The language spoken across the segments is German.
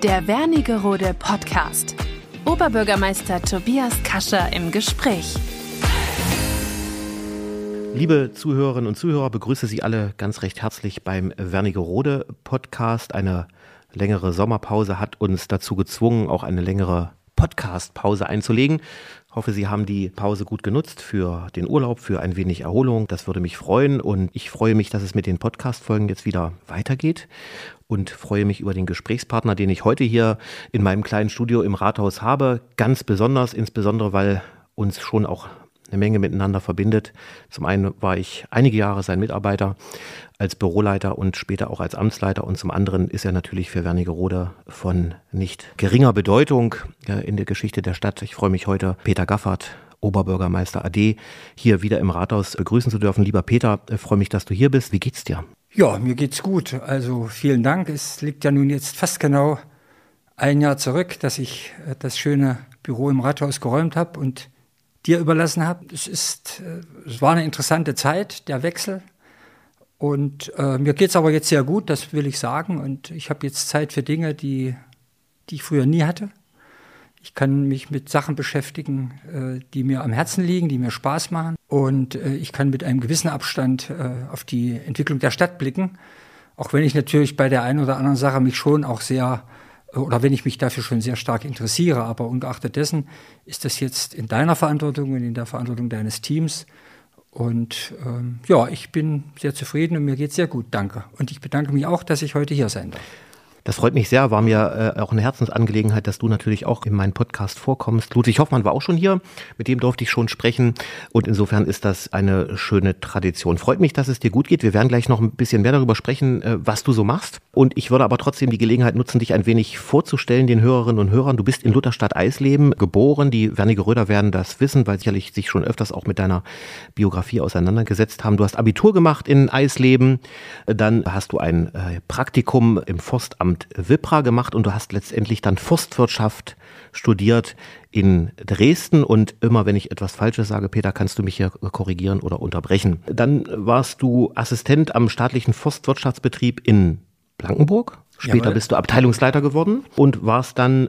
Der Wernigerode Podcast. Oberbürgermeister Tobias Kascher im Gespräch. Liebe Zuhörerinnen und Zuhörer, begrüße Sie alle ganz recht herzlich beim Wernigerode Podcast. Eine längere Sommerpause hat uns dazu gezwungen, auch eine längere Podcast-Pause einzulegen. Ich hoffe, Sie haben die Pause gut genutzt für den Urlaub, für ein wenig Erholung. Das würde mich freuen und ich freue mich, dass es mit den Podcast-Folgen jetzt wieder weitergeht und freue mich über den Gesprächspartner, den ich heute hier in meinem kleinen Studio im Rathaus habe. Ganz besonders, insbesondere, weil uns schon auch eine Menge miteinander verbindet. Zum einen war ich einige Jahre sein Mitarbeiter als Büroleiter und später auch als Amtsleiter und zum anderen ist er natürlich für Wernigerode von nicht geringer Bedeutung in der Geschichte der Stadt. Ich freue mich heute, Peter Gaffert, Oberbürgermeister AD, hier wieder im Rathaus begrüßen zu dürfen. Lieber Peter, ich freue mich, dass du hier bist. Wie geht's dir? Ja, mir geht's gut. Also vielen Dank. Es liegt ja nun jetzt fast genau ein Jahr zurück, dass ich das schöne Büro im Rathaus geräumt habe und dir überlassen habe. Es war eine interessante Zeit, der Wechsel. Und mir geht es aber jetzt sehr gut, das will ich sagen. Und ich habe jetzt Zeit für Dinge, die ich früher nie hatte. Ich kann mich mit Sachen beschäftigen, die mir am Herzen liegen, die mir Spaß machen. Und ich kann mit einem gewissen Abstand auf die Entwicklung der Stadt blicken. Auch wenn ich natürlich bei der einen oder anderen Sache mich schon auch wenn ich mich dafür schon sehr stark interessiere. Aber ungeachtet dessen ist das jetzt in deiner Verantwortung und in der Verantwortung deines Teams. Und ich bin sehr zufrieden und mir geht's sehr gut, danke. Und ich bedanke mich auch, dass ich heute hier sein darf. Das freut mich sehr, war mir auch eine Herzensangelegenheit, dass du natürlich auch in meinem Podcast vorkommst. Ludwig Hoffmann war auch schon hier, mit dem durfte ich schon sprechen und insofern ist das eine schöne Tradition. Freut mich, dass es dir gut geht. Wir werden gleich noch ein bisschen mehr darüber sprechen, was du so machst und ich würde aber trotzdem die Gelegenheit nutzen, dich ein wenig vorzustellen den Hörerinnen und Hörern. Du bist in Lutherstadt-Eisleben geboren, die Wernigeröder werden das wissen, weil sicherlich sich schon öfters auch mit deiner Biografie auseinandergesetzt haben. Du hast Abitur gemacht in Eisleben, dann hast du ein Praktikum im Forstamt Wippra gemacht und du hast letztendlich dann Forstwirtschaft studiert in Dresden und immer wenn ich etwas Falsches sage, Peter, kannst du mich hier korrigieren oder unterbrechen. Dann warst du Assistent am staatlichen Forstwirtschaftsbetrieb in Blankenburg. Später bist du Abteilungsleiter geworden und warst dann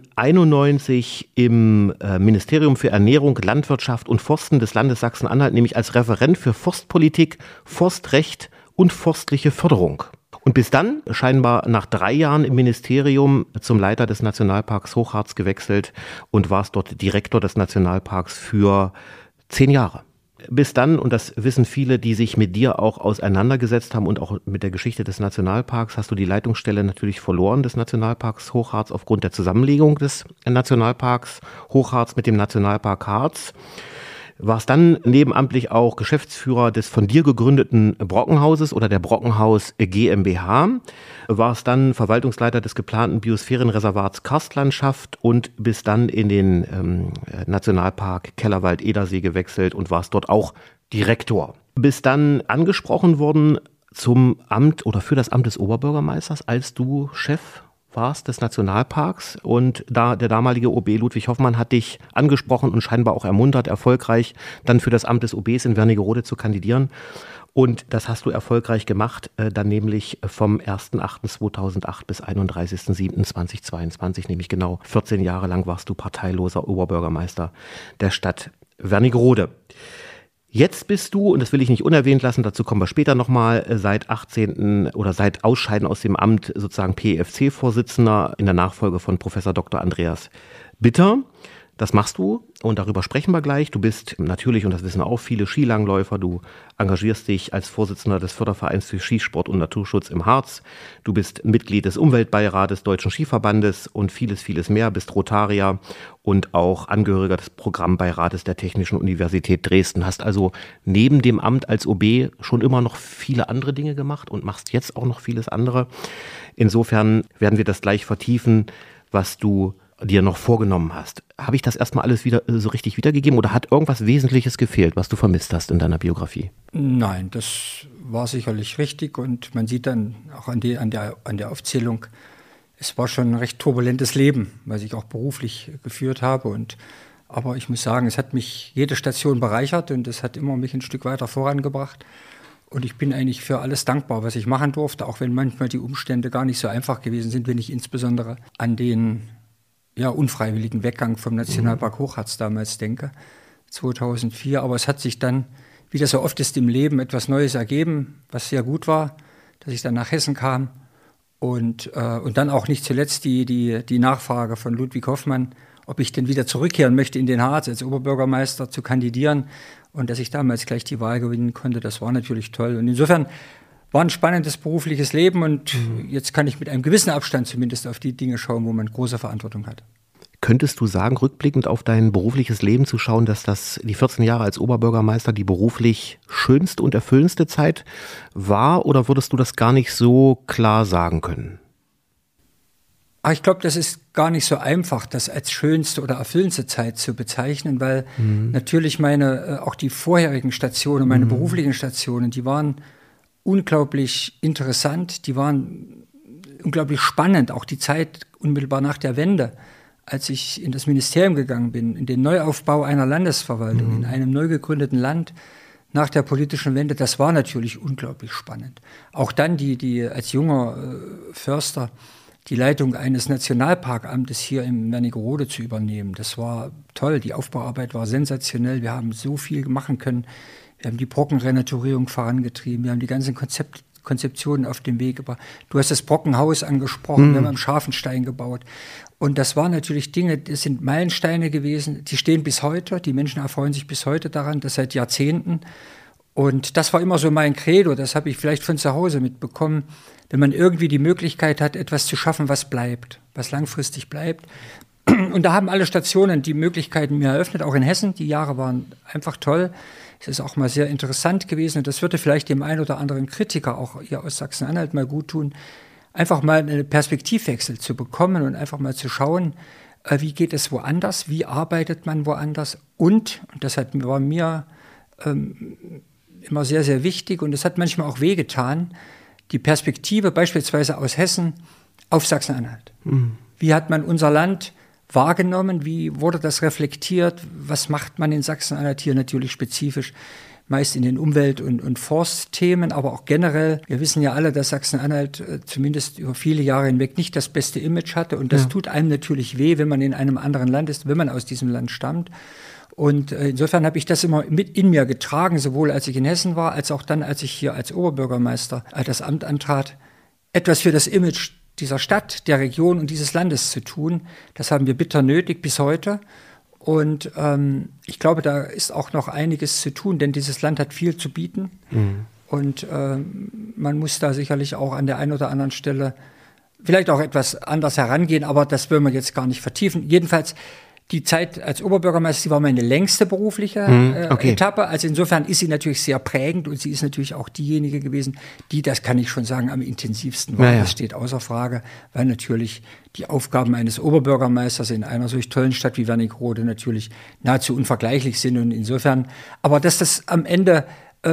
91 im Ministerium für Ernährung, Landwirtschaft und Forsten des Landes Sachsen-Anhalt, nämlich als Referent für Forstpolitik, Forstrecht und forstliche Förderung. Und bis dann, scheinbar nach 3 Jahren im Ministerium, zum Leiter des Nationalparks Hochharz gewechselt und warst dort Direktor des Nationalparks für 10 Jahre. Bis dann, und das wissen viele, die sich mit dir auch auseinandergesetzt haben und auch mit der Geschichte des Nationalparks, hast du die Leitungsstelle natürlich verloren des Nationalparks Hochharz aufgrund der Zusammenlegung des Nationalparks Hochharz mit dem Nationalpark Harz. Warst dann nebenamtlich auch Geschäftsführer des von dir gegründeten Brockenhauses oder der Brockenhaus GmbH, warst dann Verwaltungsleiter des geplanten Biosphärenreservats Karstlandschaft und bist dann in den Nationalpark Kellerwald-Edersee gewechselt und warst dort auch Direktor. Bist dann angesprochen worden zum Amt oder für das Amt des Oberbürgermeisters, als du Chef warst des Nationalparks und da der damalige OB Ludwig Hoffmann hat dich angesprochen und scheinbar auch ermuntert, erfolgreich dann für das Amt des OBs in Wernigerode zu kandidieren. Und das hast du erfolgreich gemacht, dann nämlich vom 1.8.2008 bis 31.07.2022, nämlich genau 14 Jahre lang warst du parteiloser Oberbürgermeister der Stadt Wernigerode. Jetzt bist du, und das will ich nicht unerwähnt lassen, dazu kommen wir später nochmal, seit Ausscheiden aus dem Amt sozusagen PFC-Vorsitzender in der Nachfolge von Professor Dr. Andreas Bitter. Das machst du und darüber sprechen wir gleich. Du bist natürlich, und das wissen auch viele, Skilangläufer. Du engagierst dich als Vorsitzender des Fördervereins für Skisport und Naturschutz im Harz. Du bist Mitglied des Umweltbeirates Deutschen Skiverbandes und vieles, vieles mehr. Bist Rotarier und auch Angehöriger des Programmbeirates der Technischen Universität Dresden. Hast also neben dem Amt als OB schon immer noch viele andere Dinge gemacht und machst jetzt auch noch vieles andere. Insofern werden wir das gleich vertiefen, was du dir noch vorgenommen hast. Habe ich das erstmal alles wieder so richtig wiedergegeben oder hat irgendwas Wesentliches gefehlt, was du vermisst hast in deiner Biografie? Nein, das war sicherlich richtig und man sieht dann auch an der Aufzählung, es war schon ein recht turbulentes Leben, was ich auch beruflich geführt habe. Aber ich muss sagen, es hat mich jede Station bereichert und es hat immer mich ein Stück weiter vorangebracht. Und ich bin eigentlich für alles dankbar, was ich machen durfte, auch wenn manchmal die Umstände gar nicht so einfach gewesen sind, wenn ich insbesondere an den unfreiwilligen Weggang vom Nationalpark Hochharz damals denke, 2004. Aber es hat sich dann, wie das so oft ist im Leben, etwas Neues ergeben, was sehr gut war, dass ich dann nach Hessen kam. Und dann auch nicht zuletzt die Nachfrage von Ludwig Hoffmann, ob ich denn wieder zurückkehren möchte in den Harz als Oberbürgermeister zu kandidieren. Und dass ich damals gleich die Wahl gewinnen konnte, das war natürlich toll. Und insofern war ein spannendes berufliches Leben. Und jetzt kann ich mit einem gewissen Abstand zumindest auf die Dinge schauen, wo man große Verantwortung hat. Könntest du sagen, rückblickend auf dein berufliches Leben zu schauen, dass das die 14 Jahre als Oberbürgermeister die beruflich schönste und erfüllendste Zeit war? Oder würdest du das gar nicht so klar sagen können? Ich glaube, das ist gar nicht so einfach, das als schönste oder erfüllendste Zeit zu bezeichnen, weil natürlich auch die vorherigen Stationen, meine beruflichen Stationen, die waren unglaublich interessant, die waren unglaublich spannend, auch die Zeit unmittelbar nach der Wende, als ich in das Ministerium gegangen bin, in den Neuaufbau einer Landesverwaltung, in einem neu gegründeten Land nach der politischen Wende, das war natürlich unglaublich spannend. Auch dann die als junger Förster die Leitung eines Nationalparkamtes hier im Wernigerode zu übernehmen. Das war toll, die Aufbauarbeit war sensationell, wir haben so viel machen können. Wir haben die Brockenrenaturierung vorangetrieben, wir haben die ganzen Konzeptionen auf den Weg gebracht. Du hast das Brockenhaus angesprochen, wir haben am Scharfenstein gebaut. Und das waren natürlich Dinge, das sind Meilensteine gewesen, die stehen bis heute, die Menschen erfreuen sich bis heute daran, das seit Jahrzehnten. Und das war immer so mein Credo, das habe ich vielleicht von zu Hause mitbekommen, wenn man irgendwie die Möglichkeit hat, etwas zu schaffen, was bleibt, was langfristig bleibt. Und da haben alle Stationen die Möglichkeiten mir eröffnet, auch in Hessen. Die Jahre waren einfach toll. Es ist auch mal sehr interessant gewesen und das würde vielleicht dem einen oder anderen Kritiker auch hier aus Sachsen-Anhalt mal gut tun, einfach mal einen Perspektivwechsel zu bekommen und einfach mal zu schauen, wie geht es woanders, wie arbeitet man woanders und das war mir immer sehr, sehr wichtig und es hat manchmal auch wehgetan, die Perspektive beispielsweise aus Hessen auf Sachsen-Anhalt. Wie hat man unser Land wahrgenommen? Wie wurde das reflektiert? Was macht man in Sachsen-Anhalt hier natürlich spezifisch? Meist in den Umwelt- und Forstthemen, aber auch generell. Wir wissen ja alle, dass Sachsen-Anhalt zumindest über viele Jahre hinweg nicht das beste Image hatte. Und das tut einem natürlich weh, wenn man in einem anderen Land ist, wenn man aus diesem Land stammt. Und insofern habe ich das immer mit in mir getragen, sowohl als ich in Hessen war, als auch dann, als ich hier als Oberbürgermeister das Amt antrat, etwas für das Image dieser Stadt, der Region und dieses Landes zu tun. Das haben wir bitter nötig bis heute. Und ich glaube, da ist auch noch einiges zu tun, denn dieses Land hat viel zu bieten. Und man muss da sicherlich auch an der einen oder anderen Stelle vielleicht auch etwas anders herangehen, aber das wollen wir jetzt gar nicht vertiefen. Jedenfalls die Zeit als Oberbürgermeister, sie war meine längste berufliche Etappe. Also insofern ist sie natürlich sehr prägend und sie ist natürlich auch diejenige gewesen, die, das kann ich schon sagen, am intensivsten war. Das steht außer Frage, weil natürlich die Aufgaben eines Oberbürgermeisters in einer solch tollen Stadt wie Wernigerode natürlich nahezu unvergleichlich sind. Und insofern, aber dass das am Ende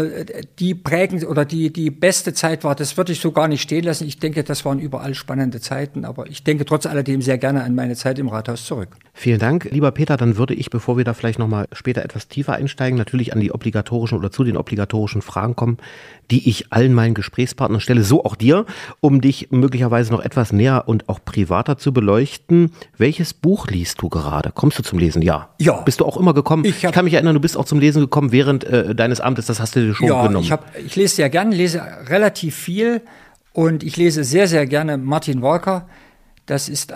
die prägend oder die beste Zeit war, das würde ich so gar nicht stehen lassen. Ich denke, das waren überall spannende Zeiten, aber ich denke trotz alledem sehr gerne an meine Zeit im Rathaus zurück. Vielen Dank, lieber Peter. Dann würde ich, bevor wir da vielleicht nochmal später etwas tiefer einsteigen, natürlich an die obligatorischen oder zu den obligatorischen Fragen kommen, die ich allen meinen Gesprächspartnern stelle, so auch dir, um dich möglicherweise noch etwas näher und auch privater zu beleuchten. Welches Buch liest du gerade? Kommst du zum Lesen? Ja. Bist du auch immer gekommen? Ich kann mich erinnern, du bist auch zum Lesen gekommen während deines Amtes, das hast du dir schon genommen. Ich lese sehr gern, lese relativ viel und ich lese sehr, sehr gerne Martin Walker. Das ist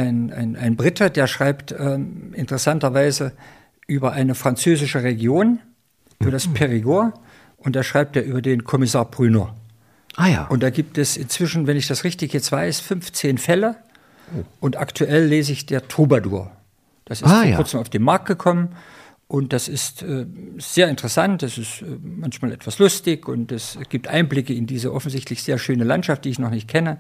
ein Brite, der schreibt interessanterweise über eine französische Region, über das Périgord. Und da schreibt er über den Kommissar Bruno. Und da gibt es inzwischen, wenn ich das richtig jetzt weiß, 15 Fälle. Und aktuell lese ich der Troubadour. Das ist vor kurzem auf den Markt gekommen. Und das ist sehr interessant, das ist manchmal etwas lustig und es gibt Einblicke in diese offensichtlich sehr schöne Landschaft, die ich noch nicht kenne.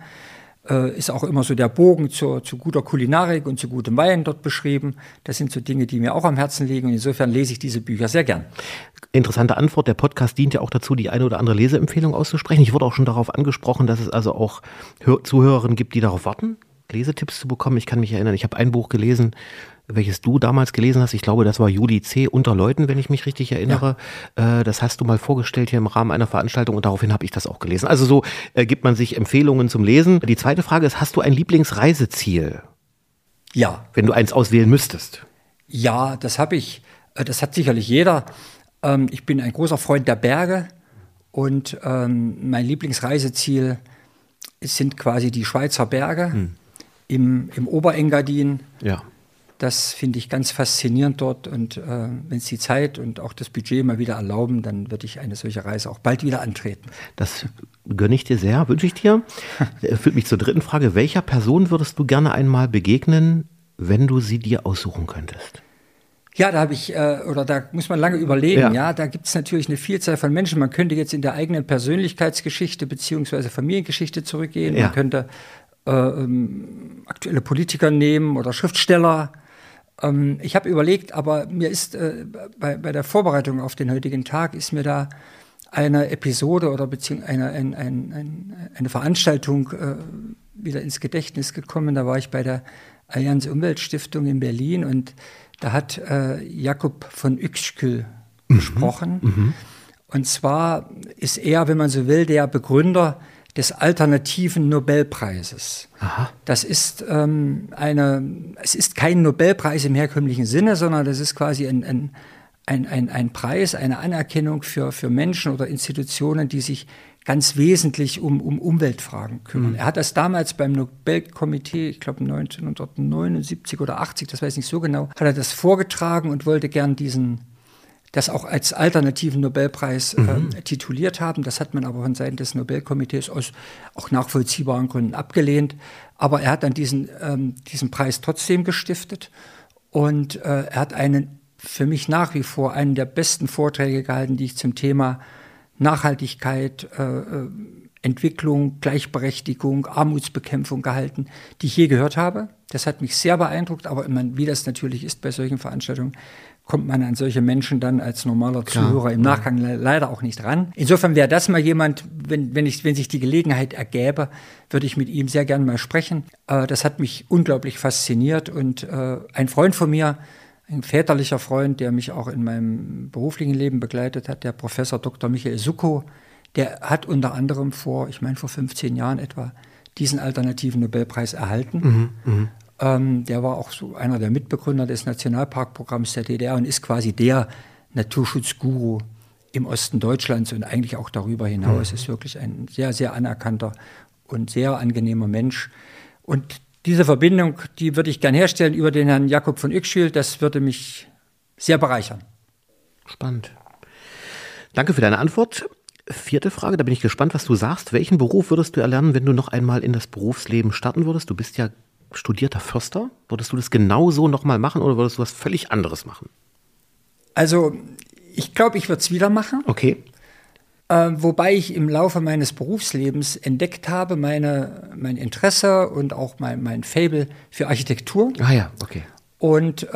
Ist auch immer so der Bogen zu guter Kulinarik und zu gutem Wein dort beschrieben. Das sind so Dinge, die mir auch am Herzen liegen und insofern lese ich diese Bücher sehr gern. Interessante Antwort. Der Podcast dient ja auch dazu, die eine oder andere Leseempfehlung auszusprechen. Ich wurde auch schon darauf angesprochen, dass es also auch Zuhörerinnen gibt, die darauf warten, Lesetipps zu bekommen. Ich kann mich erinnern, ich habe ein Buch gelesen, welches du damals gelesen hast. Ich glaube, das war Juli C. unter Leuten, wenn ich mich richtig erinnere. Ja. Das hast du mal vorgestellt hier im Rahmen einer Veranstaltung und daraufhin habe ich das auch gelesen. Also so gibt man sich Empfehlungen zum Lesen. Die zweite Frage ist, hast du ein Lieblingsreiseziel? Ja. Wenn du eins auswählen müsstest. Ja, das habe ich. Das hat sicherlich jeder. Ich bin ein großer Freund der Berge und mein Lieblingsreiseziel sind quasi die Schweizer Berge im Oberengadin. Ja. Das finde ich ganz faszinierend dort und wenn es die Zeit und auch das Budget mal wieder erlauben, dann würde ich eine solche Reise auch bald wieder antreten. Das gönne ich dir sehr, wünsche ich dir. Führt mich zur dritten Frage. Welcher Person würdest du gerne einmal begegnen, wenn du sie dir aussuchen könntest? Ja, da muss man lange überlegen. Ja, da gibt es natürlich eine Vielzahl von Menschen. Man könnte jetzt in der eigenen Persönlichkeitsgeschichte beziehungsweise Familiengeschichte zurückgehen. Ja. Man könnte aktuelle Politiker nehmen oder Schriftsteller. Ich habe überlegt, aber mir ist bei der Vorbereitung auf den heutigen Tag ist mir da eine Episode oder beziehungsweise eine Veranstaltung wieder ins Gedächtnis gekommen. Da war ich bei der Allianz Umweltstiftung in Berlin und da hat Jakob von Uexküll gesprochen. Und zwar ist er, wenn man so will, der Begründer des alternativen Nobelpreises. Aha. Das ist es ist kein Nobelpreis im herkömmlichen Sinne, sondern das ist quasi ein Preis, eine Anerkennung für Menschen oder Institutionen, die sich ganz wesentlich um Umweltfragen kümmern. Er hat das damals beim Nobelkomitee, ich glaube 1979 oder 80, das weiß ich nicht so genau, hat er das vorgetragen und wollte gern das auch als alternativen Nobelpreis tituliert haben. Das hat man aber von Seiten des Nobelkomitees aus auch nachvollziehbaren Gründen abgelehnt. Aber er hat dann diesen Preis trotzdem gestiftet und er hat für mich nach wie vor einen der besten Vorträge gehalten, die ich zum Thema Nachhaltigkeit, Entwicklung, Gleichberechtigung, Armutsbekämpfung gehalten, die ich je gehört habe. Das hat mich sehr beeindruckt, aber wie das natürlich ist bei solchen Veranstaltungen, kommt man an solche Menschen dann als normaler Zuhörer im Nachgang leider auch nicht ran. Insofern wäre das mal jemand, wenn sich die Gelegenheit ergäbe, würde ich mit ihm sehr gerne mal sprechen. Das hat mich unglaublich fasziniert und ein Freund von mir, ein väterlicher Freund, der mich auch in meinem beruflichen Leben begleitet hat, der Professor Dr. Michael Suckow, der hat unter anderem vor 15 Jahren etwa diesen alternativen Nobelpreis erhalten. Der war auch so einer der Mitbegründer des Nationalparkprogramms der DDR und ist quasi der Naturschutzguru im Osten Deutschlands und eigentlich auch darüber hinaus. Ist wirklich ein sehr, sehr anerkannter und sehr angenehmer Mensch. Und diese Verbindung, die würde ich gern herstellen über den Herrn Jakob von Uexküll. Das würde mich sehr bereichern. Spannend. Danke für deine Antwort. Vierte Frage, da bin ich gespannt, was du sagst. Welchen Beruf würdest du erlernen, wenn du noch einmal in das Berufsleben starten würdest? Du bist ja studierter Förster. Würdest du das genauso nochmal machen oder würdest du was völlig anderes machen? Also, ich glaube, ich würde es wieder machen. Okay. Wobei ich im Laufe meines Berufslebens entdeckt habe, mein Interesse und auch mein Faible für Architektur. Ah ja, okay. Und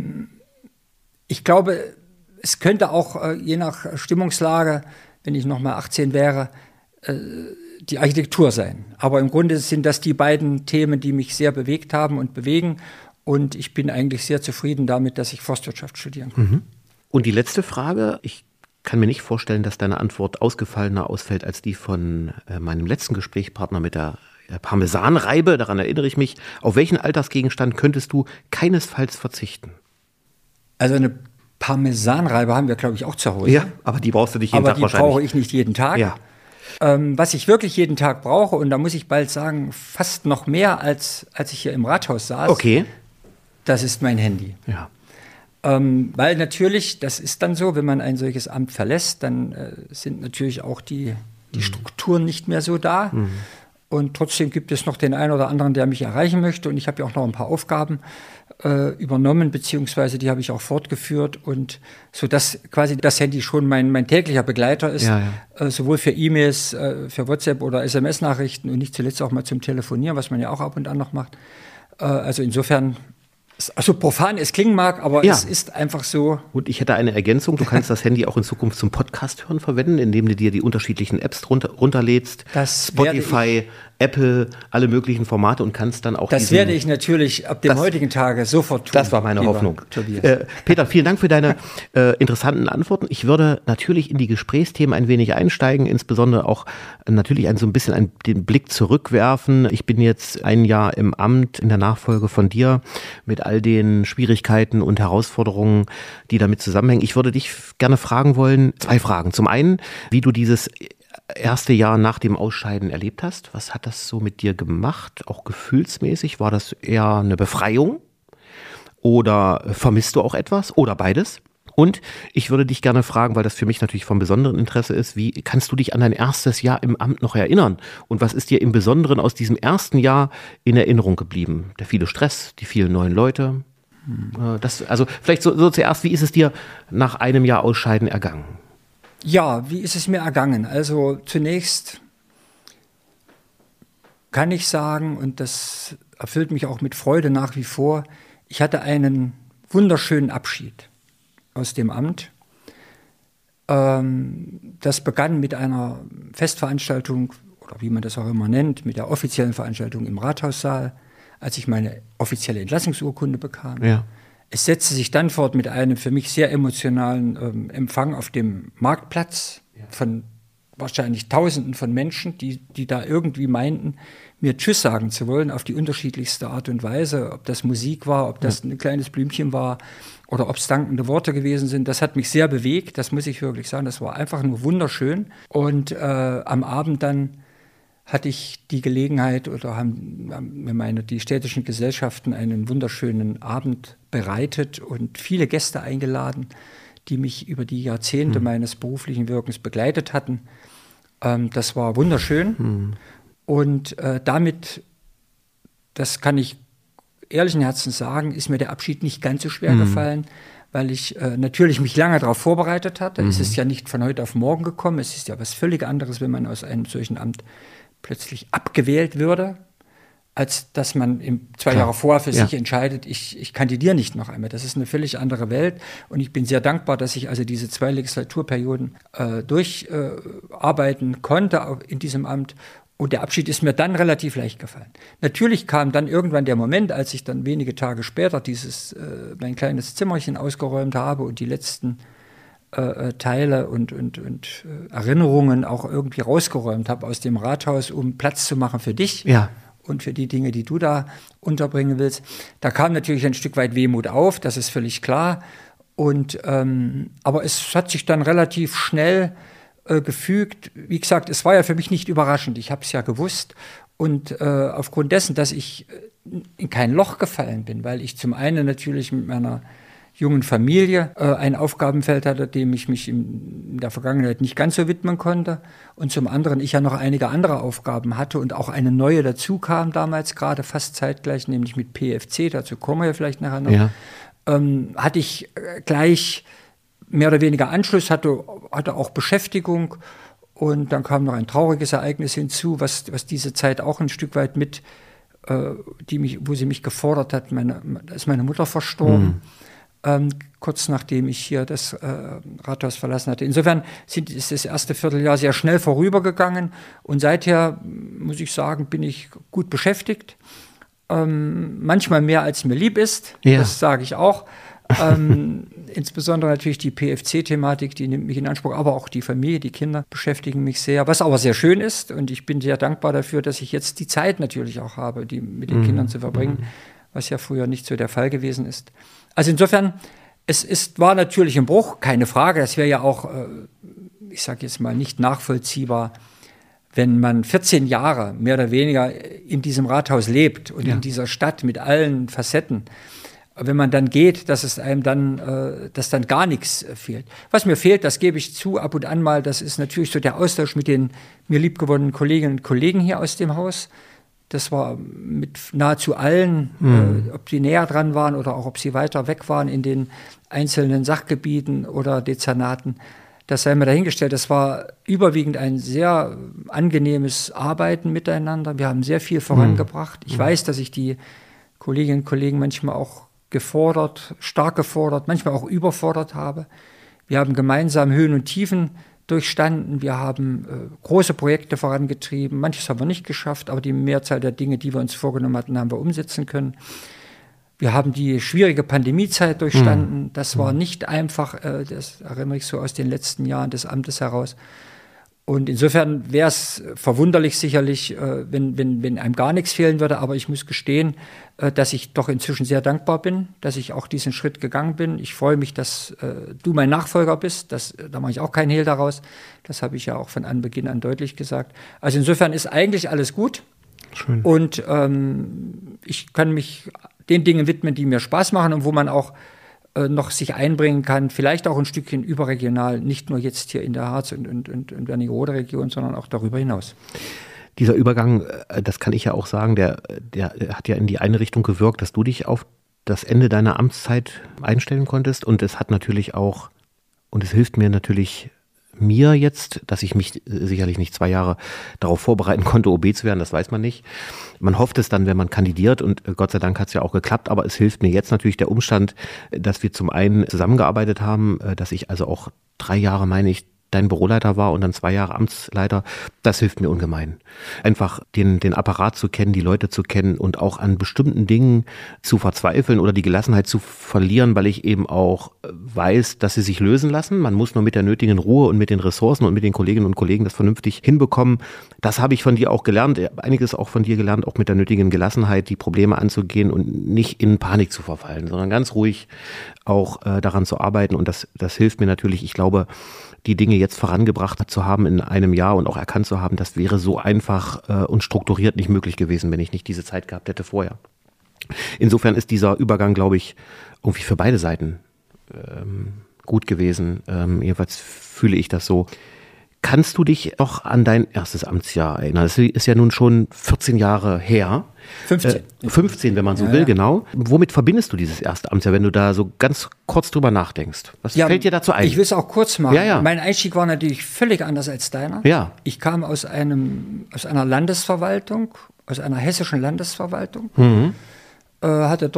ich glaube, es könnte auch je nach Stimmungslage, wenn ich noch mal 18 wäre, die Architektur sein. Aber im Grunde sind das die beiden Themen, die mich sehr bewegt haben und bewegen. Und ich bin eigentlich sehr zufrieden damit, dass ich Forstwirtschaft studieren kann. Und die letzte Frage, ich kann mir nicht vorstellen, dass deine Antwort ausgefallener ausfällt als die von meinem letzten Gesprächspartner mit der Parmesanreibe. Daran erinnere ich mich. Auf welchen Alltagsgegenstand könntest du keinesfalls verzichten? Also eine Parmesanreibe haben wir, glaube ich, auch zu Hause. Ja, aber die brauchst du nicht jeden Tag wahrscheinlich. Aber die brauche ich nicht jeden Tag. Ja. Was ich wirklich jeden Tag brauche, und da muss ich bald sagen, fast noch mehr, als ich hier im Rathaus saß, okay, das ist mein Handy. Ja. Weil natürlich, das ist dann so, wenn man ein solches Amt verlässt, dann sind natürlich auch die Strukturen nicht mehr so da. Und trotzdem gibt es noch den einen oder anderen, der mich erreichen möchte. Und ich habe ja auch noch ein paar Aufgaben übernommen, beziehungsweise die habe ich auch fortgeführt. Und so dass quasi das Handy schon mein täglicher Begleiter ist, sowohl für E-Mails, für WhatsApp oder SMS-Nachrichten und nicht zuletzt auch mal zum Telefonieren, was man ja auch ab und an noch macht. Also insofern, also profan es klingen mag, aber es ist einfach so. Und ich hätte eine Ergänzung. Du kannst das Handy auch in Zukunft zum Podcast hören verwenden, indem du dir die unterschiedlichen Apps runterlädst. Das Spotify, Apple, alle möglichen Formate und kannst dann auch Das werde ich natürlich ab dem heutigen Tage sofort tun. Das war meine Hoffnung. Peter, vielen Dank für deine interessanten Antworten. Ich würde natürlich in die Gesprächsthemen ein wenig einsteigen, insbesondere auch natürlich so ein bisschen den Blick zurückwerfen. Ich bin jetzt ein Jahr im Amt in der Nachfolge von dir mit all den Schwierigkeiten und Herausforderungen, die damit zusammenhängen. Ich würde dich gerne fragen wollen, 2 Fragen. Zum einen, wie du dieses erste Jahr nach dem Ausscheiden erlebt hast. Was hat das so mit dir gemacht, auch gefühlsmäßig? War das eher eine Befreiung oder vermisst du auch etwas oder beides? Und ich würde dich gerne fragen, weil das für mich natürlich von besonderem Interesse ist, wie kannst du dich an dein erstes Jahr im Amt noch erinnern? Und was ist dir im Besonderen aus diesem ersten Jahr in Erinnerung geblieben? Der viele Stress, die vielen neuen Leute? Also vielleicht so zuerst, wie ist es dir nach einem Jahr Ausscheiden ergangen? Ja, wie ist es mir ergangen? Also zunächst kann ich sagen, und das erfüllt mich auch mit Freude nach wie vor, ich hatte einen wunderschönen Abschied aus dem Amt. Das begann mit einer Festveranstaltung, oder wie man das auch immer nennt, mit der offiziellen Veranstaltung im Rathaussaal, als ich meine offizielle Entlassungsurkunde bekam. Ja. Es setzte sich dann fort mit einem für mich sehr emotionalen Empfang auf dem Marktplatz von wahrscheinlich Tausenden von Menschen, die da irgendwie meinten, mir Tschüss sagen zu wollen, auf die unterschiedlichste Art und Weise. Ob das Musik war, ob das ein kleines Blümchen war oder ob es dankende Worte gewesen sind. Das hat mich sehr bewegt, das muss ich wirklich sagen. Das war einfach nur wunderschön. Und am Abend dann hatte ich die Gelegenheit oder haben mir die städtischen Gesellschaften einen wunderschönen Abend bereitet und viele Gäste eingeladen, die mich über die Jahrzehnte meines beruflichen Wirkens begleitet hatten. Das war wunderschön. Und damit, das kann ich ehrlichen Herzens sagen, ist mir der Abschied nicht ganz so schwer gefallen, weil ich natürlich mich lange darauf vorbereitet hatte. Es ist ja nicht von heute auf morgen gekommen. Es ist ja was völlig anderes, wenn man aus einem solchen Amt plötzlich abgewählt würde, als dass man 2 Jahre vorher für sich entscheidet, ich kandidiere nicht noch einmal. Das ist eine völlig andere Welt und ich bin sehr dankbar, dass ich also diese 2 Legislaturperioden durcharbeiten konnte in diesem Amt und der Abschied ist mir dann relativ leicht gefallen. Natürlich kam dann irgendwann der Moment, als ich dann wenige Tage später mein kleines Zimmerchen ausgeräumt habe und die letzten Teile und Erinnerungen auch irgendwie rausgeräumt habe aus dem Rathaus, um Platz zu machen für dich und für die Dinge, die du da unterbringen willst. Da kam natürlich ein Stück weit Wehmut auf, das ist völlig klar. Aber es hat sich dann relativ schnell gefügt. Wie gesagt, es war ja für mich nicht überraschend, ich habe es ja gewusst. Und aufgrund dessen, dass ich in kein Loch gefallen bin, weil ich zum einen natürlich mit meiner jungen Familie ein Aufgabenfeld hatte, dem ich mich in der Vergangenheit nicht ganz so widmen konnte. Und zum anderen ich ja noch einige andere Aufgaben hatte und auch eine neue dazu kam damals gerade fast zeitgleich, nämlich mit PFC, dazu kommen wir vielleicht nachher noch, hatte ich gleich mehr oder weniger Anschluss, hatte auch Beschäftigung und dann kam noch ein trauriges Ereignis hinzu, was diese Zeit auch ein Stück weit mit, wo sie mich gefordert hat, da ist meine Mutter verstorben. Kurz nachdem ich hier das Rathaus verlassen hatte. Insofern ist das erste Vierteljahr sehr schnell vorübergegangen und seither, muss ich sagen, bin ich gut beschäftigt. Manchmal mehr, als mir lieb ist, das sage ich auch. Insbesondere natürlich die PFC-Thematik, die nimmt mich in Anspruch, aber auch die Familie, die Kinder beschäftigen mich sehr, was aber sehr schön ist und ich bin sehr dankbar dafür, dass ich jetzt die Zeit natürlich auch habe, die mit den Kindern zu verbringen, was ja früher nicht so der Fall gewesen ist. Also insofern, war natürlich ein Bruch, keine Frage. Das wäre ja auch, ich sage jetzt mal, nicht nachvollziehbar, wenn man 14 Jahre mehr oder weniger in diesem Rathaus lebt und in dieser Stadt mit allen Facetten. Wenn man dann geht, dass einem dann, dass dann gar nichts fehlt. Was mir fehlt, das gebe ich zu, ab und an mal, das ist natürlich so der Austausch mit den mir liebgewonnenen Kolleginnen und Kollegen hier aus dem Haus. Das war mit nahezu allen, ob die näher dran waren oder auch ob sie weiter weg waren in den einzelnen Sachgebieten oder Dezernaten. Das sei mir dahingestellt. Das war überwiegend ein sehr angenehmes Arbeiten miteinander. Wir haben sehr viel vorangebracht. Ich weiß, dass ich die Kolleginnen und Kollegen manchmal auch stark gefordert, manchmal auch überfordert habe. Wir haben gemeinsam Höhen und Tiefen durchstanden. Wir haben große Projekte vorangetrieben. Manches haben wir nicht geschafft, aber die Mehrzahl der Dinge, die wir uns vorgenommen hatten, haben wir umsetzen können. Wir haben die schwierige Pandemiezeit durchstanden. Das war nicht einfach, das erinnere ich so aus den letzten Jahren des Amtes heraus. Und insofern wäre es verwunderlich sicherlich, wenn einem gar nichts fehlen würde. Aber ich muss gestehen, dass ich doch inzwischen sehr dankbar bin, dass ich auch diesen Schritt gegangen bin. Ich freue mich, dass du mein Nachfolger bist. Da mache ich auch keinen Hehl daraus. Das habe ich ja auch von Anbeginn an deutlich gesagt. Also insofern ist eigentlich alles gut. Schön. Und ich kann mich den Dingen widmen, die mir Spaß machen und wo man auch noch sich einbringen kann, vielleicht auch ein Stückchen überregional, nicht nur jetzt hier in der Harz- und Wernigerode-Region, sondern auch darüber hinaus. Dieser Übergang, das kann ich ja auch sagen, der hat ja in die eine Richtung gewirkt, dass du dich auf das Ende deiner Amtszeit einstellen konntest, und es hat natürlich auch, und es hilft mir natürlich jetzt, dass ich mich sicherlich nicht 2 Jahre darauf vorbereiten konnte, OB zu werden, das weiß man nicht. Man hofft es dann, wenn man kandidiert, und Gott sei Dank hat es ja auch geklappt, aber es hilft mir jetzt natürlich der Umstand, dass wir zum einen zusammengearbeitet haben, dass ich also auch 3 Jahre, meine ich, dein Büroleiter war und dann 2 Jahre Amtsleiter. Das hilft mir ungemein. Einfach den Apparat zu kennen, die Leute zu kennen und auch an bestimmten Dingen zu verzweifeln oder die Gelassenheit zu verlieren, weil ich eben auch weiß, dass sie sich lösen lassen. Man muss nur mit der nötigen Ruhe und mit den Ressourcen und mit den Kolleginnen und Kollegen das vernünftig hinbekommen. Das habe ich von dir auch gelernt, einiges auch von dir gelernt, auch mit der nötigen Gelassenheit die Probleme anzugehen und nicht in Panik zu verfallen, sondern ganz ruhig auch daran zu arbeiten, und das hilft mir natürlich. Ich glaube, die Dinge jetzt vorangebracht zu haben in einem Jahr und auch erkannt zu haben, das wäre so einfach und strukturiert nicht möglich gewesen, wenn ich nicht diese Zeit gehabt hätte vorher. Insofern ist dieser Übergang, glaube ich, irgendwie für beide Seiten gut gewesen. Jedenfalls fühle ich das so. Kannst du dich noch an dein erstes Amtsjahr erinnern? Das ist ja nun schon 14 Jahre her. 15. 15, wenn man so will, genau. Womit verbindest du dieses erste Amtsjahr, wenn du da so ganz kurz drüber nachdenkst? Was fällt dir dazu ein? Ich will es auch kurz machen. Ja. Mein Einstieg war natürlich völlig anders als deiner. Ja. Ich kam aus einer Landesverwaltung, aus einer hessischen Landesverwaltung. Hatte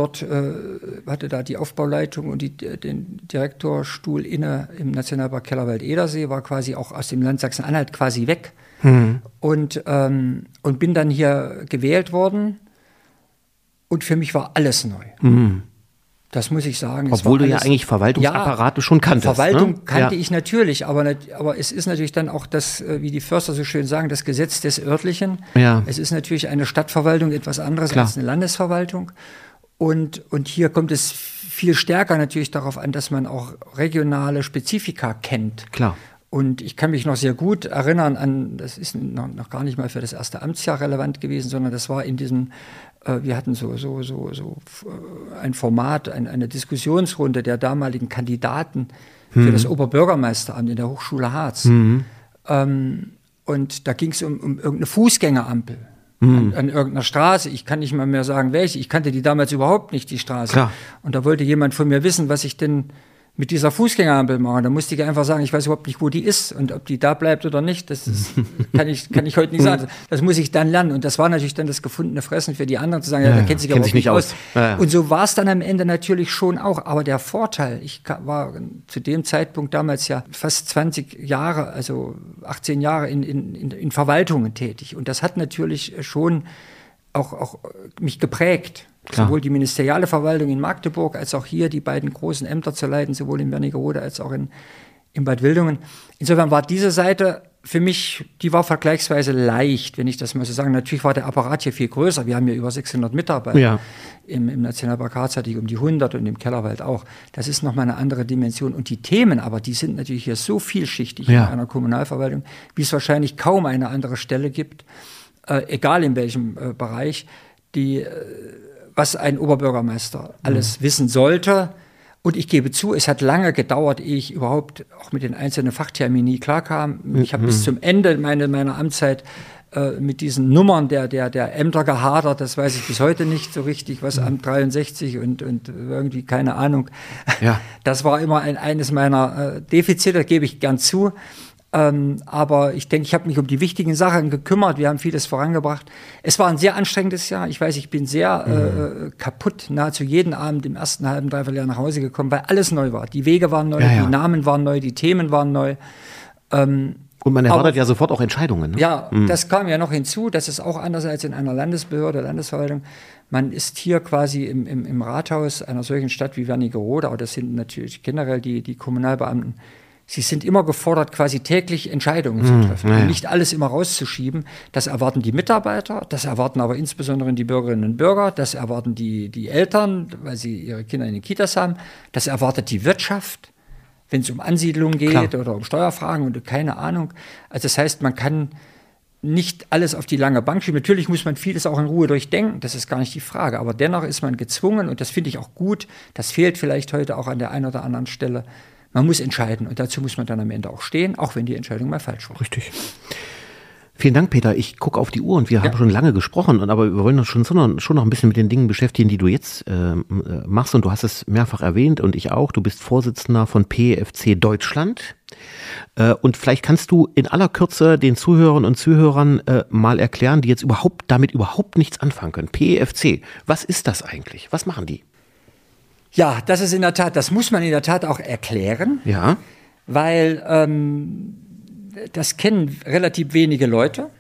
da die Aufbauleitung und den Direktorstuhl inne im Nationalpark Kellerwald-Edersee, war quasi auch aus dem Land Sachsen-Anhalt quasi weg und bin dann hier gewählt worden, und für mich war alles neu. Das muss ich sagen. Obwohl du ja eigentlich Verwaltungsapparate schon kanntest. Verwaltung kannte ich natürlich, aber es ist natürlich dann auch das, wie die Förster so schön sagen, das Gesetz des Örtlichen. Ja. Es ist natürlich eine Stadtverwaltung etwas anderes als eine Landesverwaltung. Und hier kommt es viel stärker natürlich darauf an, dass man auch regionale Spezifika kennt. Klar. Und ich kann mich noch sehr gut erinnern an, das ist noch gar nicht mal für das erste Amtsjahr relevant gewesen, sondern das war in diesem, wir hatten so ein Format, eine Diskussionsrunde der damaligen Kandidaten für das Oberbürgermeisteramt in der Hochschule Harz. Und da ging es um irgendeine Fußgängerampel an irgendeiner Straße. Ich kann nicht mal mehr sagen, welche. Ich kannte die damals überhaupt nicht, die Straße. Klar. Und da wollte jemand von mir wissen, was ich denn mit dieser Fußgängerampel machen. Da musste ich einfach sagen, ich weiß überhaupt nicht, wo die ist und ob die da bleibt oder nicht. Das kann ich heute nicht sagen. Das muss ich dann lernen. Und das war natürlich dann das gefundene Fressen für die anderen, zu sagen, da kennt sich aber auch nicht aus. Ja. Und so war es dann am Ende natürlich schon auch. Aber der Vorteil, ich war zu dem Zeitpunkt damals ja fast 20 Jahre, also 18 Jahre in Verwaltungen tätig. Und das hat natürlich schon auch mich geprägt. Klar. Sowohl die ministeriale Verwaltung in Magdeburg als auch hier die beiden großen Ämter zu leiten, sowohl in Wernigerode als auch in Bad Wildungen. Insofern war diese Seite für mich, die war vergleichsweise leicht, wenn ich das mal so sagen. Natürlich war der Apparat hier viel größer. Wir haben hier über 600 Mitarbeiter. Ja. Im Nationalpark Harz hatte ich um die 100 und im Kellerwald auch. Das ist nochmal eine andere Dimension. Und die Themen aber, die sind natürlich hier so vielschichtig in einer Kommunalverwaltung, wie es wahrscheinlich kaum eine andere Stelle gibt, egal in welchem Bereich, was ein Oberbürgermeister alles wissen sollte. Und ich gebe zu, es hat lange gedauert, ehe ich überhaupt auch mit den einzelnen Fachtermini klarkam. Ich habe bis zum Ende meiner Amtszeit mit diesen Nummern der Ämter gehadert. Das weiß ich bis heute nicht so richtig, was Amt 63 und irgendwie keine Ahnung. Ja. Das war immer eines meiner Defizite, gebe ich gern zu. Aber ich denke, ich habe mich um die wichtigen Sachen gekümmert. Wir haben vieles vorangebracht. Es war ein sehr anstrengendes Jahr. Ich weiß, ich bin sehr kaputt, nahezu jeden Abend im ersten halben, dreiviertel Jahr nach Hause gekommen, weil alles neu war. Die Wege waren neu, die Namen waren neu, die Themen waren neu. Und man erwartet ja sofort auch Entscheidungen. Ne? Ja, das kam ja noch hinzu. Das ist auch anders als in einer Landesbehörde, Landesverwaltung. Man ist hier quasi im Rathaus einer solchen Stadt wie Wernigerode, aber das sind natürlich generell die Kommunalbeamten. Sie sind immer gefordert, quasi täglich Entscheidungen zu treffen und nicht alles immer rauszuschieben. Das erwarten die Mitarbeiter, das erwarten aber insbesondere die Bürgerinnen und Bürger, das erwarten die Eltern, weil sie ihre Kinder in den Kitas haben, das erwartet die Wirtschaft, wenn es um Ansiedlung geht oder um Steuerfragen und keine Ahnung. Also das heißt, man kann nicht alles auf die lange Bank schieben. Natürlich muss man vieles auch in Ruhe durchdenken, das ist gar nicht die Frage. Aber dennoch ist man gezwungen, und das finde ich auch gut, das fehlt vielleicht heute auch an der einen oder anderen Stelle, man muss entscheiden und dazu muss man dann am Ende auch stehen, auch wenn die Entscheidung mal falsch war. Richtig. Vielen Dank, Peter. Ich gucke auf die Uhr und wir haben schon lange gesprochen, aber wir wollen uns schon noch ein bisschen mit den Dingen beschäftigen, die du jetzt machst. Und du hast es mehrfach erwähnt und ich auch. Du bist Vorsitzender von PFC Deutschland. Und vielleicht kannst du in aller Kürze den Zuhörern und Zuhörern mal erklären, die jetzt damit überhaupt nichts anfangen können. PFC, was ist das eigentlich? Was machen die? Ja, das muss man in der Tat auch erklären, weil das kennen relativ wenige Leute.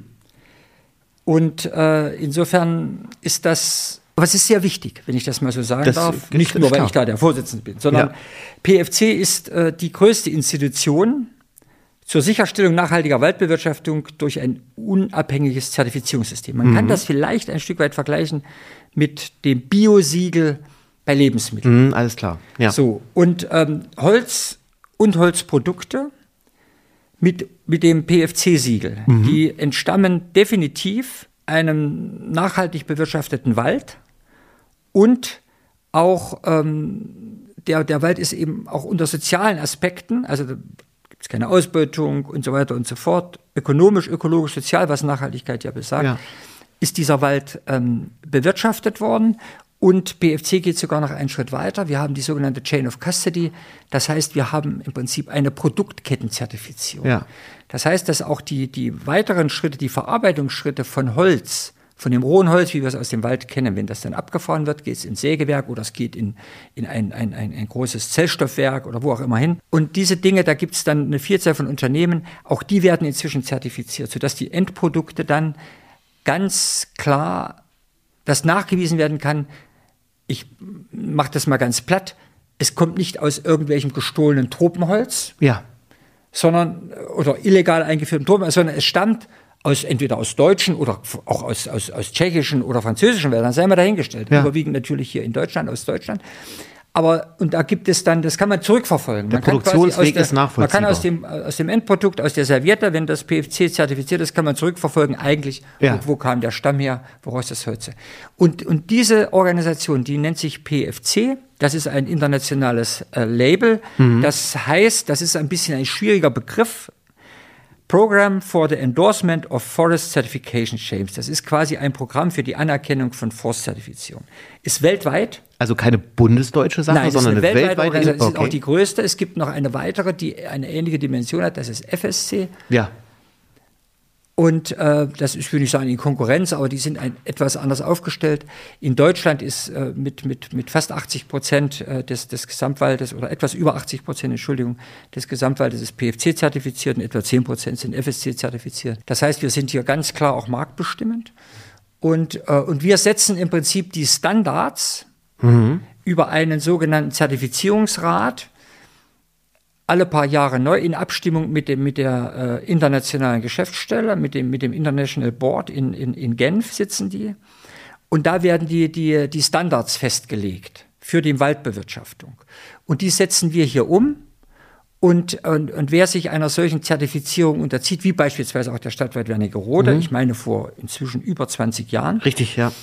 Und insofern ist das, aber es ist sehr wichtig, wenn ich das mal so sagen darf. Nicht nur, weil ich da der Vorsitzende bin, sondern PFC ist die größte Institution zur Sicherstellung nachhaltiger Waldbewirtschaftung durch ein unabhängiges Zertifizierungssystem. Man kann das vielleicht ein Stück weit vergleichen mit dem Biosiegel bei Lebensmitteln. Alles klar. Ja. So, und Holz und Holzprodukte mit dem PFC-Siegel, die entstammen definitiv einem nachhaltig bewirtschafteten Wald und auch der Wald ist eben auch unter sozialen Aspekten, also da gibt es keine Ausbeutung und so weiter und so fort, ökonomisch, ökologisch, sozial, was Nachhaltigkeit ja besagt, ist dieser Wald bewirtschaftet worden. Und PFC geht sogar noch einen Schritt weiter. Wir haben die sogenannte Chain of Custody. Das heißt, wir haben im Prinzip eine Produktkettenzertifizierung. Ja. Das heißt, dass auch die weiteren Schritte, die Verarbeitungsschritte von Holz, von dem rohen Holz, wie wir es aus dem Wald kennen, wenn das dann abgefahren wird, geht es ins Sägewerk oder es geht in ein großes Zellstoffwerk oder wo auch immer hin. Und diese Dinge, da gibt es dann eine Vielzahl von Unternehmen, auch die werden inzwischen zertifiziert, sodass die Endprodukte dann ganz klar, dass nachgewiesen werden kann, ich mache das mal ganz platt, es kommt nicht aus irgendwelchem gestohlenen Tropenholz, sondern oder illegal eingeführtem Tropenholz, sondern es stammt entweder aus deutschen oder auch aus tschechischen oder französischen Wäldern, sei mal dahingestellt. Überwiegend natürlich hier in Deutschland, aus Deutschland. Aber, und da gibt es dann, das kann man zurückverfolgen. Der Produktionsweg ist nachvollziehbar. Man kann aus dem Endprodukt, aus der Serviette, wenn das PFC zertifiziert ist, kann man zurückverfolgen, eigentlich, wo kam der Stamm her, woraus das Holz. Und diese Organisation, die nennt sich PFC, das ist ein internationales Label. Das heißt, das ist ein bisschen ein schwieriger Begriff, Program for the Endorsement of Forest Certification Schemes. Das ist quasi ein Programm für die Anerkennung von Forstzertifizierung. Ist weltweit. Also keine bundesdeutsche Sache, sondern eine weltweite Organisation. Das ist auch die größte. Es gibt noch eine weitere, die eine ähnliche Dimension hat. Das ist FSC. Ja. Und das ist, würde ich sagen, in Konkurrenz, aber die sind etwas anders aufgestellt. In Deutschland ist mit fast 80% des Gesamtwaldes oder etwas über 80%, Entschuldigung, des Gesamtwaldes ist PFC zertifiziert und etwa 10% sind FSC zertifiziert. Das heißt, wir sind hier ganz klar auch marktbestimmend. Und wir setzen im Prinzip die Standards über einen sogenannten Zertifizierungsrat alle paar Jahre neu in Abstimmung mit der internationalen Geschäftsstelle, mit dem International Board in Genf sitzen die. Und da werden die Standards festgelegt für die Waldbewirtschaftung. Und die setzen wir hier um. Und wer sich einer solchen Zertifizierung unterzieht, wie beispielsweise auch der Stadtwald Wernigerode, ich meine vor inzwischen über 20 Jahren. Richtig, ja.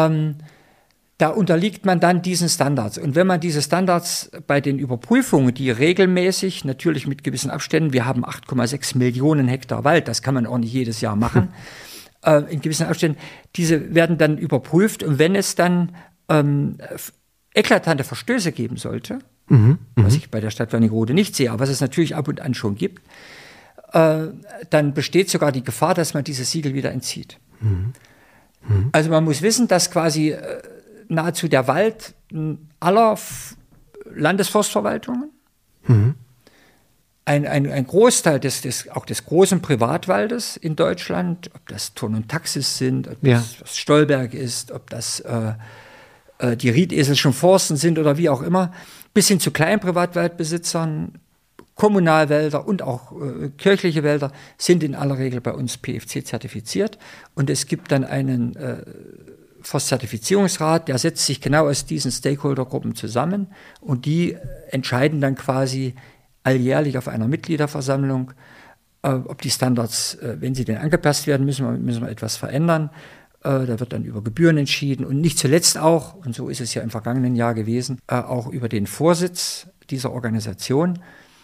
Da unterliegt man dann diesen Standards. Und wenn man diese Standards bei den Überprüfungen, die regelmäßig, natürlich mit gewissen Abständen, wir haben 8,6 Millionen Hektar Wald, das kann man auch nicht jedes Jahr machen, in gewissen Abständen, diese werden dann überprüft. Und wenn es dann eklatante Verstöße geben sollte, was ich bei der Stadt Wernigerode nicht sehe, aber was es natürlich ab und an schon gibt, dann besteht sogar die Gefahr, dass man dieses Siegel wieder entzieht. Also man muss wissen, dass quasi nahezu der Wald aller Landesforstverwaltungen ein Großteil auch des großen Privatwaldes in Deutschland, ob das Thurn und Taxis sind, ob das was Stolberg ist, ob das die Riedeselschen Forsten sind oder wie auch immer, bis hin zu kleinen Privatwaldbesitzern, Kommunalwälder und auch kirchliche Wälder sind in aller Regel bei uns PEFC zertifiziert. Und es gibt dann einen Forstzertifizierungsrat, der setzt sich genau aus diesen Stakeholdergruppen zusammen und die entscheiden dann quasi alljährlich auf einer Mitgliederversammlung, ob die Standards, wenn sie denn angepasst werden, müssen wir etwas verändern. Da wird dann über Gebühren entschieden und nicht zuletzt auch, und so ist es ja im vergangenen Jahr gewesen, auch über den Vorsitz dieser Organisation.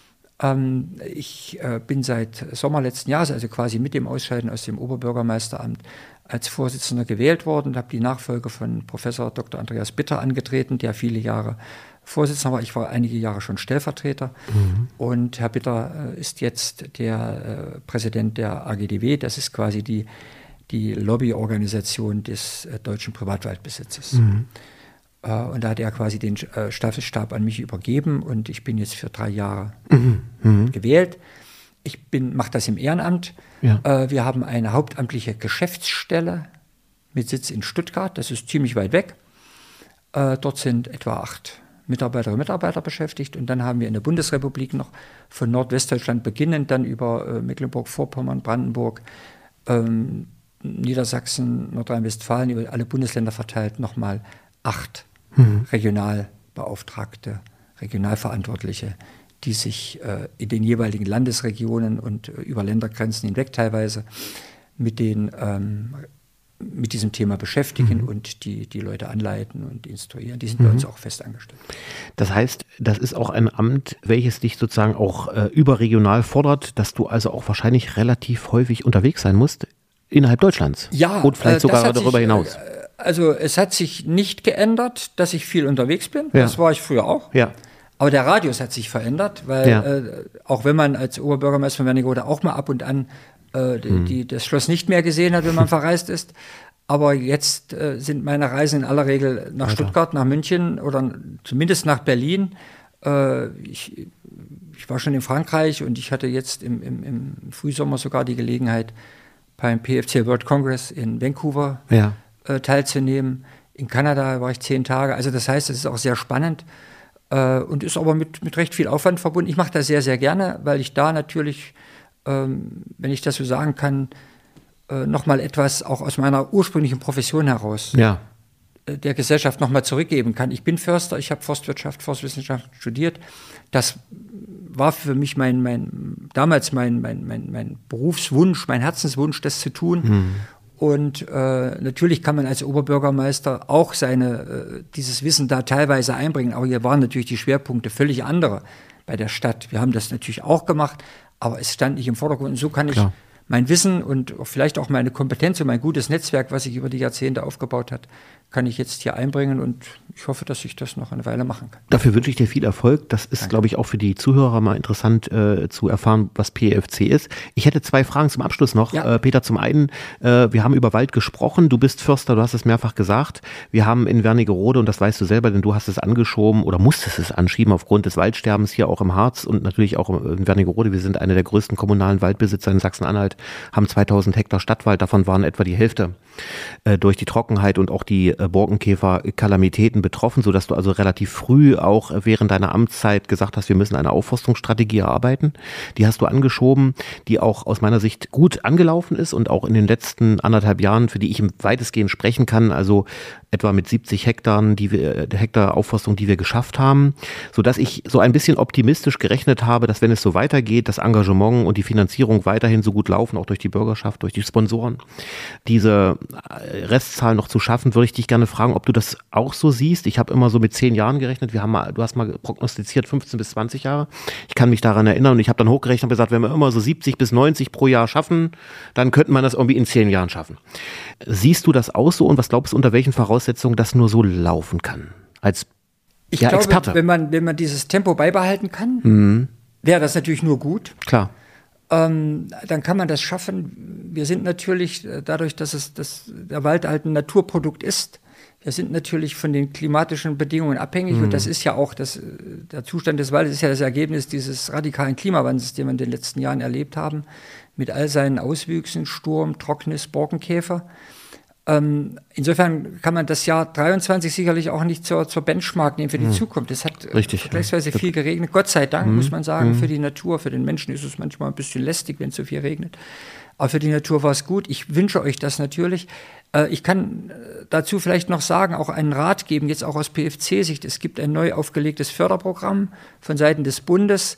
Ich bin seit Sommer letzten Jahres, also quasi mit dem Ausscheiden aus dem Oberbürgermeisteramt, als Vorsitzender gewählt worden und habe die Nachfolge von Professor Dr. Andreas Bitter angetreten, der viele Jahre Vorsitzender war. Ich war einige Jahre schon Stellvertreter. Und Herr Bitter ist jetzt der Präsident der AGDW. Das ist quasi die Lobbyorganisation des deutschen Privatwaldbesitzes. Und da hat er quasi den Staffelstab an mich übergeben und ich bin jetzt für 3 Jahre gewählt. Ich mache das im Ehrenamt. Ja. Wir haben eine hauptamtliche Geschäftsstelle mit Sitz in Stuttgart. Das ist ziemlich weit weg. Dort sind etwa 8 Mitarbeiterinnen und Mitarbeiter beschäftigt. Und dann haben wir in der Bundesrepublik noch von Nordwestdeutschland beginnend, dann über Mecklenburg-Vorpommern, Brandenburg, Niedersachsen, Nordrhein-Westfalen, über alle Bundesländer verteilt, nochmal 8 Regionalbeauftragte, Regionalverantwortliche, die sich in den jeweiligen Landesregionen und über Ländergrenzen hinweg teilweise mit diesem Thema beschäftigen und die Leute anleiten und instruieren. Die sind bei uns auch fest angestellt. Das heißt, das ist auch ein Amt, welches dich sozusagen auch überregional fordert, dass du also auch wahrscheinlich relativ häufig unterwegs sein musst innerhalb Deutschlands. Ja. Und vielleicht sogar darüber hinaus. Also es hat sich nicht geändert, dass ich viel unterwegs bin. Ja. Das war ich früher auch. Ja. Aber der Radius hat sich verändert, weil auch wenn man als Oberbürgermeister von Wernigerode auch mal ab und an das Schloss nicht mehr gesehen hat, wenn man verreist ist. Aber jetzt sind meine Reisen in aller Regel nach Stuttgart, nach München oder zumindest nach Berlin. Ich war schon in Frankreich und ich hatte jetzt im Frühsommer sogar die Gelegenheit, beim PFC World Congress in Vancouver teilzunehmen. In Kanada war ich 10 Tage. Also das heißt, es ist auch sehr spannend und ist aber mit recht viel Aufwand verbunden. Ich mache das sehr, sehr gerne, weil ich da natürlich, wenn ich das so sagen kann, nochmal etwas auch aus meiner ursprünglichen Profession heraus der Gesellschaft nochmal zurückgeben kann. Ich bin Förster, ich habe Forstwirtschaft, Forstwissenschaft studiert. Das war für mich damals mein Berufswunsch, mein Herzenswunsch, das zu tun. Und natürlich kann man als Oberbürgermeister auch dieses Wissen da teilweise einbringen. Aber hier waren natürlich die Schwerpunkte völlig andere bei der Stadt. Wir haben das natürlich auch gemacht, aber es stand nicht im Vordergrund. Und so kann ich mein Wissen und vielleicht auch meine Kompetenz und mein gutes Netzwerk, was sich über die Jahrzehnte aufgebaut hat, kann ich jetzt hier einbringen und ich hoffe, dass ich das noch eine Weile machen kann. Dafür wünsche ich dir viel Erfolg. Das ist, glaube ich, auch für die Zuhörer mal interessant zu erfahren, was PEFC ist. Ich hätte 2 Fragen zum Abschluss noch. Ja. Peter, zum einen, wir haben über Wald gesprochen. Du bist Förster, du hast es mehrfach gesagt. Wir haben in Wernigerode, und das weißt du selber, denn du hast es angeschoben oder musstest es anschieben aufgrund des Waldsterbens hier auch im Harz und natürlich auch in Wernigerode. Wir sind eine der größten kommunalen Waldbesitzer in Sachsen-Anhalt, haben 2000 Hektar Stadtwald. Davon waren etwa die Hälfte durch die Trockenheit und auch die Borkenkäfer-Kalamitäten betroffen, sodass du also relativ früh auch während deiner Amtszeit gesagt hast, wir müssen eine Aufforstungsstrategie erarbeiten. Die hast du angeschoben, die auch aus meiner Sicht gut angelaufen ist und auch in den letzten 1,5 Jahren, für die ich weitestgehend sprechen kann, also etwa mit 70 Hektar Aufforstung, die wir geschafft haben, sodass ich so ein bisschen optimistisch gerechnet habe, dass wenn es so weitergeht, das Engagement und die Finanzierung weiterhin so gut laufen, auch durch die Bürgerschaft, durch die Sponsoren, diese Restzahl noch zu schaffen, würde ich dich gerne fragen, ob du das auch so siehst. Ich habe immer so mit 10 Jahren gerechnet. Du hast mal prognostiziert 15 bis 20 Jahre. Ich kann mich daran erinnern und ich habe dann hochgerechnet und gesagt, wenn wir immer so 70 bis 90 pro Jahr schaffen, dann könnte man das irgendwie in 10 Jahren schaffen. Siehst du das auch so und was glaubst du, unter welchen Voraussetzungen das nur so laufen kann? Ich glaube, Experte. Wenn man dieses Tempo beibehalten kann, wäre das natürlich nur gut. Klar. Dann kann man das schaffen. Wir sind natürlich, dadurch, dass der Wald halt ein Naturprodukt ist, Wir sind natürlich von den klimatischen Bedingungen abhängig und das ist ja auch der Zustand des Waldes ist ja das Ergebnis dieses radikalen Klimawandels, den wir in den letzten Jahren erlebt haben, mit all seinen Auswüchsen, Sturm, Trocknis, Borkenkäfer. Insofern kann man das Jahr 23 sicherlich auch nicht zur Benchmark nehmen für die Zukunft. Es hat vergleichsweise viel geregnet, Gott sei Dank, muss man sagen, für die Natur, für den Menschen ist es manchmal ein bisschen lästig, wenn es so viel regnet. Aber für die Natur war es gut. Ich wünsche euch das natürlich. Ich kann dazu vielleicht noch sagen, auch einen Rat geben, jetzt auch aus PFC-Sicht. Es gibt ein neu aufgelegtes Förderprogramm von Seiten des Bundes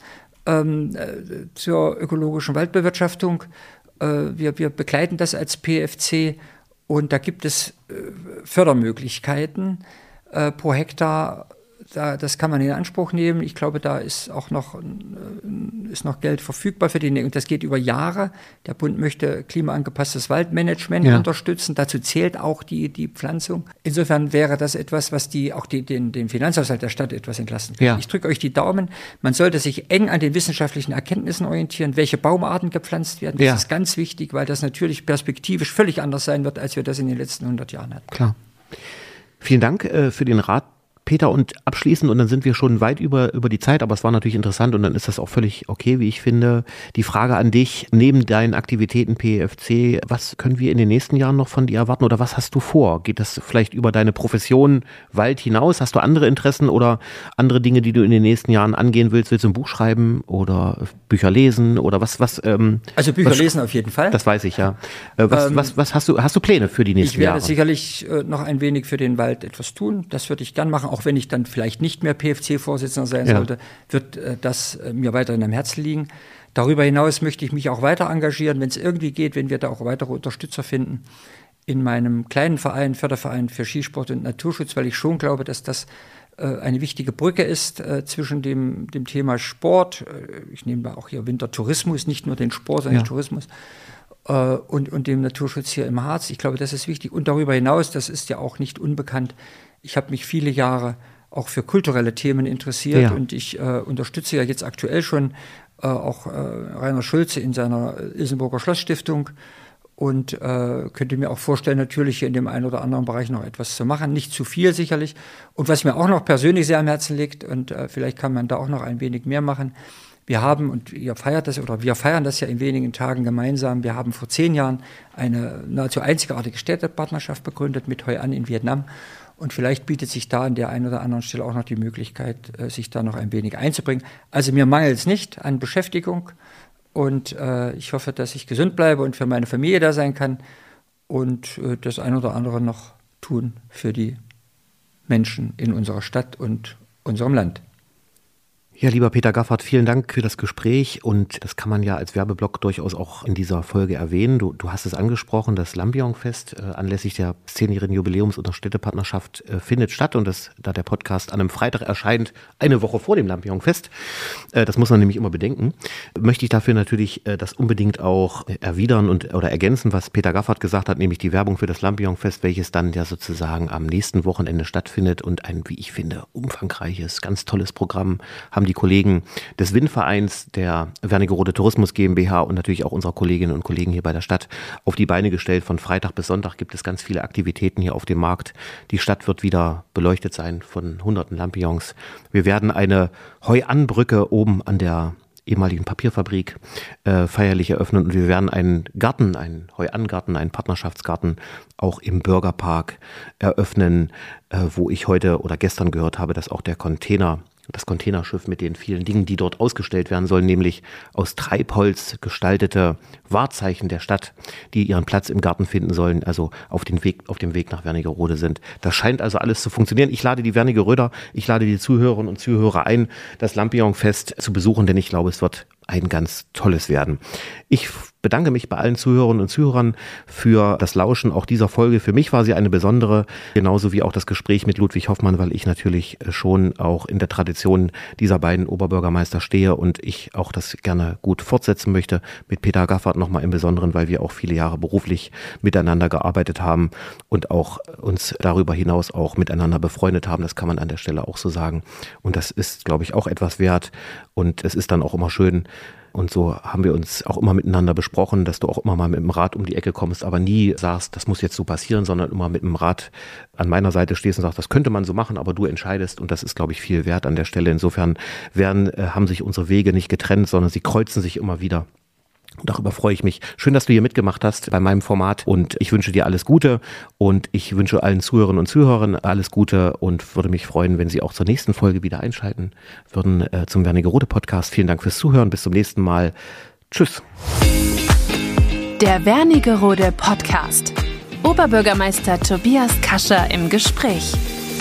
zur ökologischen Waldbewirtschaftung. Wir begleiten das als PFC und da gibt es Fördermöglichkeiten pro Hektar. Das kann man in Anspruch nehmen. Ich glaube, da ist auch noch Geld verfügbar für die. Und das geht über Jahre. Der Bund möchte klimaangepasstes Waldmanagement unterstützen. Dazu zählt auch die Pflanzung. Insofern wäre das etwas, was den Finanzhaushalt der Stadt etwas entlasten kann. Ja. Ich drücke euch die Daumen. Man sollte sich eng an den wissenschaftlichen Erkenntnissen orientieren, welche Baumarten gepflanzt werden. Das ist ganz wichtig, weil das natürlich perspektivisch völlig anders sein wird, als wir das in den letzten 100 Jahren hatten. Klar. Vielen Dank für den Rat, Peter, und abschließend, und dann sind wir schon weit über die Zeit, aber es war natürlich interessant und dann ist das auch völlig okay, wie ich finde. Die Frage an dich, neben deinen Aktivitäten PFC, was können wir in den nächsten Jahren noch von dir erwarten oder was hast du vor? Geht das vielleicht über deine Profession Wald hinaus? Hast du andere Interessen oder andere Dinge, die du in den nächsten Jahren angehen willst? Willst du ein Buch schreiben oder Bücher lesen oder was? Also Bücher lesen auf jeden Fall. Das weiß ich, ja. Was hast du Pläne für die nächsten Jahre? Ich werde sicherlich noch ein wenig für den Wald etwas tun. Das würde ich gern machen. Auch wenn ich dann vielleicht nicht mehr PFC-Vorsitzender sein sollte, wird das mir weiterhin am Herzen liegen. Darüber hinaus möchte ich mich auch weiter engagieren, wenn es irgendwie geht, wenn wir da auch weitere Unterstützer finden, in meinem kleinen Verein, Förderverein für Skisport und Naturschutz, weil ich schon glaube, dass das eine wichtige Brücke ist zwischen dem Thema Sport, ich nehme da auch hier Wintertourismus, nicht nur den Sport, sondern den Tourismus, und dem Naturschutz hier im Harz. Ich glaube, das ist wichtig. Und darüber hinaus, das ist ja auch nicht unbekannt, ich habe mich viele Jahre auch für kulturelle Themen interessiert und ich unterstütze ja jetzt aktuell schon auch Rainer Schulze in seiner Ilsenburger Schlossstiftung und könnte mir auch vorstellen, natürlich hier in dem einen oder anderen Bereich noch etwas zu machen. Nicht zu viel sicherlich. Und was mir auch noch persönlich sehr am Herzen liegt und vielleicht kann man da auch noch ein wenig mehr machen, wir haben, und ihr feiert das, oder wir feiern das ja in wenigen Tagen gemeinsam, wir haben vor 10 Jahren eine nahezu einzigartige Städtepartnerschaft begründet mit Hoi An in Vietnam. Und vielleicht bietet sich da an der einen oder anderen Stelle auch noch die Möglichkeit, sich da noch ein wenig einzubringen. Also mir mangelt es nicht an Beschäftigung und ich hoffe, dass ich gesund bleibe und für meine Familie da sein kann und das ein oder andere noch tun für die Menschen in unserer Stadt und unserem Land. Ja, lieber Peter Gaffert, vielen Dank für das Gespräch und das kann man ja als Werbeblock durchaus auch in dieser Folge erwähnen. Du hast es angesprochen, das Lampion-Fest anlässlich der 10-jährigen Jubiläums- und Städtepartnerschaft findet statt und da der Podcast an einem Freitag erscheint, eine Woche vor dem Lampion-Fest, das muss man nämlich immer bedenken, möchte ich dafür natürlich das unbedingt auch erwidern oder ergänzen, was Peter Gaffert gesagt hat, nämlich die Werbung für das Lampion-Fest, welches dann ja sozusagen am nächsten Wochenende stattfindet und ein, wie ich finde, umfangreiches, ganz tolles Programm haben die Kollegen des WIN-Vereins, der Wernigerode Tourismus GmbH und natürlich auch unserer Kolleginnen und Kollegen hier bei der Stadt auf die Beine gestellt. Von Freitag bis Sonntag gibt es ganz viele Aktivitäten hier auf dem Markt. Die Stadt wird wieder beleuchtet sein von hunderten Lampions. Wir werden eine Hoi-An-Brücke oben an der ehemaligen Papierfabrik feierlich eröffnen und wir werden einen Garten, einen Hoi-An-Garten, einen Partnerschaftsgarten auch im Bürgerpark eröffnen, wo ich heute oder gestern gehört habe, dass auch das Containerschiff mit den vielen Dingen, die dort ausgestellt werden sollen, nämlich aus Treibholz gestaltete Wahrzeichen der Stadt, die ihren Platz im Garten finden sollen, also auf dem Weg nach Wernigerode sind. Das scheint also alles zu funktionieren. Ich lade die Wernigeröder, ich lade die Zuhörerinnen und Zuhörer ein, das Lampion-Fest zu besuchen, denn ich glaube, es wird ein ganz tolles werden. Ich bedanke mich bei allen Zuhörerinnen und Zuhörern für das Lauschen auch dieser Folge. Für mich war sie eine besondere, genauso wie auch das Gespräch mit Ludwig Hoffmann, weil ich natürlich schon auch in der Tradition dieser beiden Oberbürgermeister stehe und ich auch das gerne gut fortsetzen möchte. Mit Peter Gaffert nochmal im Besonderen, weil wir auch viele Jahre beruflich miteinander gearbeitet haben und auch uns darüber hinaus auch miteinander befreundet haben. Das kann man an der Stelle auch so sagen. Und das ist, glaube ich, auch etwas wert. Und es ist dann auch immer schön, Und so haben wir uns auch immer miteinander besprochen, dass du auch immer mal mit dem Rat um die Ecke kommst, aber nie sagst, das muss jetzt so passieren, sondern immer mit dem Rat an meiner Seite stehst und sagst, das könnte man so machen, aber du entscheidest. Und das ist, glaube ich, viel wert an der Stelle. Insofern haben sich unsere Wege nicht getrennt, sondern sie kreuzen sich immer wieder. Und darüber freue ich mich. Schön, dass du hier mitgemacht hast bei meinem Format und ich wünsche dir alles Gute und ich wünsche allen Zuhörerinnen und Zuhörern alles Gute und würde mich freuen, wenn Sie auch zur nächsten Folge wieder einschalten würden zum Wernigerode Podcast. Vielen Dank fürs Zuhören. Bis zum nächsten Mal. Tschüss. Der Wernigerode Podcast. Oberbürgermeister Tobias Kascher im Gespräch.